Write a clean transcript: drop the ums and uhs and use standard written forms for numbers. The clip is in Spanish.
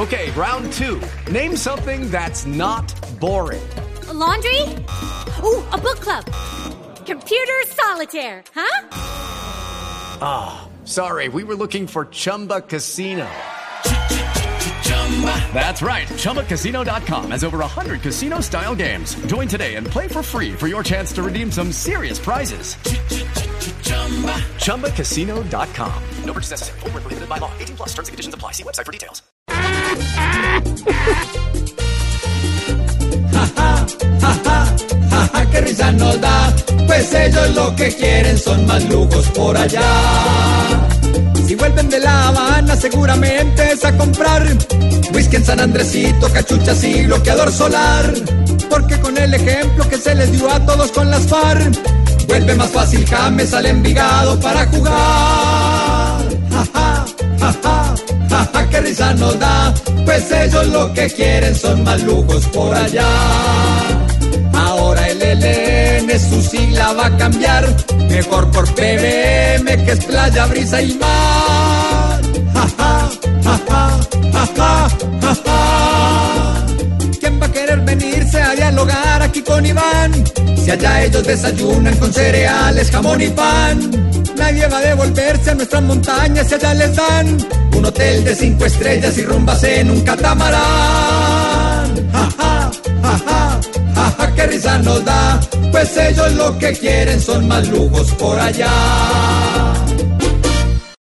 Okay, round two. Name something that's not boring. A laundry? Ooh, a book club. Computer solitaire, huh? Ah, sorry, we were looking for Chumba Casino. That's right, ChumbaCasino.com has over 100 casino-style games. Join today and play for free for your chance to redeem some serious prizes. ChumbaCasino.com. No purchase necessary. Void where prohibited by law. 18 plus terms and conditions apply. See website for details. Qué risa nos da, pues ellos lo que quieren son más lujos por allá. Si vuelven de La Habana seguramente es a comprar whisky en San Andresito, cachuchas y bloqueador solar, porque con el ejemplo que se les dio a todos con las FARC, vuelve más fácil James al Envigado para jugar. Qué risa nos da, pues ellos lo que quieren son más lujos por allá. Ahora el ELN su sigla va a cambiar, mejor por PBM que es playa, brisa y mar. ¿Quién va a querer venirse a dialogar aquí con Iván? Si allá ellos desayunan con cereales, jamón y pan. Nadie va a devolverse a nuestras montañas si allá les dan un hotel de 5 estrellas y rumbas en un catamarán. Qué risa nos da, pues ellos lo que quieren son más lujos por allá.